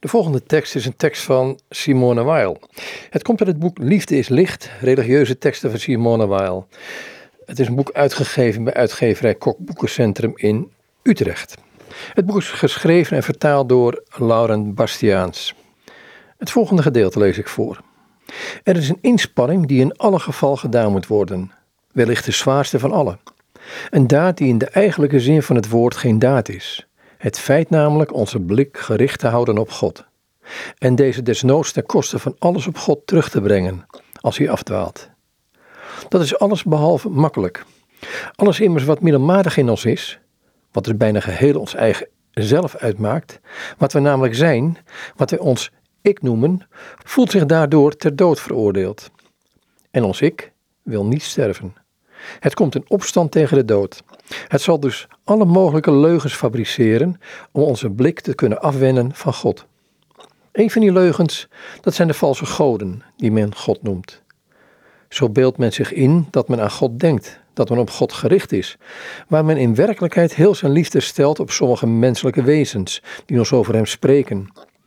De volgende tekst is een tekst van Simone Weil. Het komt uit het boek Liefde is licht, religieuze teksten van Simone Weil. Het is een boek uitgegeven bij uitgeverij Kok Boekencentrum in Utrecht. Het boek is geschreven en vertaald door Laurent Bastiaans. Het volgende gedeelte lees ik voor. Er is een inspanning die in alle geval gedaan moet worden, wellicht de zwaarste van alle. Een daad die in de eigenlijke zin van het woord geen daad is. Het feit namelijk onze blik gericht te houden op God. En deze desnoods ten koste van alles op God terug te brengen, als hij afdwaalt. Dat is alles behalve makkelijk. Alles immers wat middelmatig in ons is, wat dus bijna geheel ons eigen zelf uitmaakt, wat we namelijk zijn, wat wij ons ik noemen, voelt zich daardoor ter dood veroordeeld. En ons ik wil niet sterven. Het komt in opstand tegen de dood. Het zal dus alle mogelijke leugens fabriceren om onze blik te kunnen afwenden van God. Een van die leugens, dat zijn de valse goden die men God noemt. Zo beeldt men zich in dat men aan God denkt, dat men op God gericht is, waar men in werkelijkheid heel zijn liefde stelt op sommige menselijke wezens die ons over hem spreken.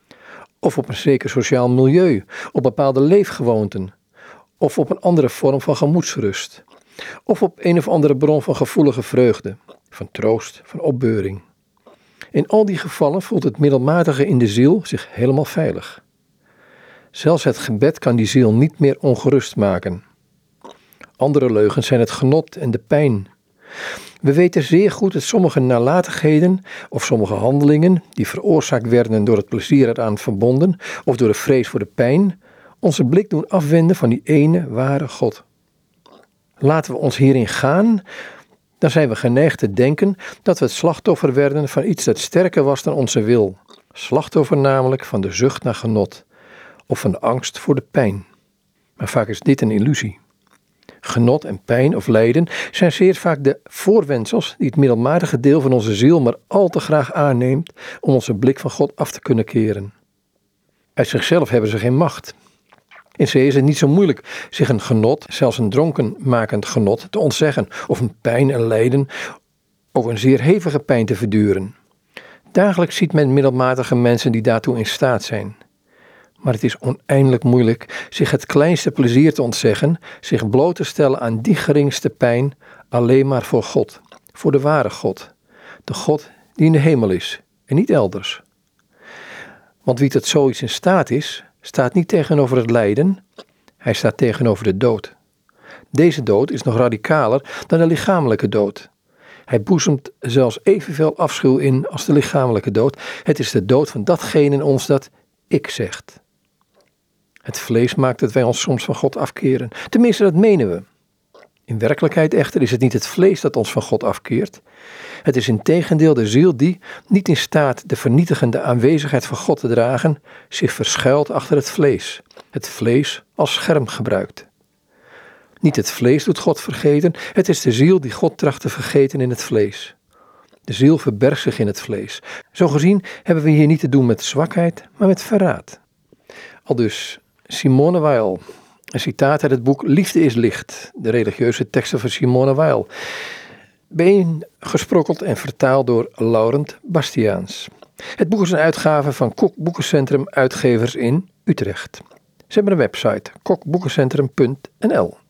Of op een zeker sociaal milieu, op bepaalde leefgewoonten, of op een andere vorm van gemoedsrust. Of op een of andere bron van gevoelige vreugde, van troost, van opbeuring. In al die gevallen voelt het middelmatige in de ziel zich helemaal veilig. Zelfs het gebed kan die ziel niet meer ongerust maken. Andere leugens zijn het genot en de pijn. We weten zeer goed dat sommige nalatigheden of sommige handelingen die veroorzaakt werden door het plezier eraan verbonden of door de vrees voor de pijn, onze blik doen afwenden van die ene ware God. Laten we ons hierin gaan, dan zijn we geneigd te denken dat we het slachtoffer werden van iets dat sterker was dan onze wil. Slachtoffer namelijk van de zucht naar genot of van de angst voor de pijn. Maar vaak is dit een illusie. Genot en pijn of lijden zijn zeer vaak de voorwendsels die het middelmatige deel van onze ziel maar al te graag aanneemt om onze blik van God af te kunnen keren. Uit zichzelf hebben ze geen macht. In zee is het niet zo moeilijk zich een genot, zelfs een dronkenmakend genot, te ontzeggen of een pijn en lijden, ook een zeer hevige pijn te verduren. Dagelijks ziet men middelmatige mensen die daartoe in staat zijn. Maar het is oneindig moeilijk zich het kleinste plezier te ontzeggen, zich bloot te stellen aan die geringste pijn, alleen maar voor God, voor de ware God, de God die in de hemel is en niet elders. Want wie tot zoiets in staat is, staat niet tegenover het lijden, hij staat tegenover de dood. Deze dood is nog radicaler dan de lichamelijke dood. Hij boezemt zelfs evenveel afschuw in als de lichamelijke dood. Het is de dood van datgene in ons dat ik zegt. Het vlees maakt dat wij ons soms van God afkeren. Tenminste, dat menen we. In werkelijkheid echter is het niet het vlees dat ons van God afkeert. Het is integendeel de ziel die, niet in staat de vernietigende aanwezigheid van God te dragen, zich verschuilt achter het vlees. Het vlees als scherm gebruikt. Niet het vlees doet God vergeten, het is de ziel die God tracht te vergeten in het vlees. De ziel verbergt zich in het vlees. Zo gezien hebben we hier niet te doen met zwakheid, maar met verraad. Aldus Simone Weil, een citaat uit het boek Liefde is licht, de religieuze teksten van Simone Weil. Bijeengesprokkeld en vertaald door Laurent Bastiaans. Het boek is een uitgave van Kok Boekencentrum Uitgevers in Utrecht. Ze hebben een website, kokboekencentrum.nl.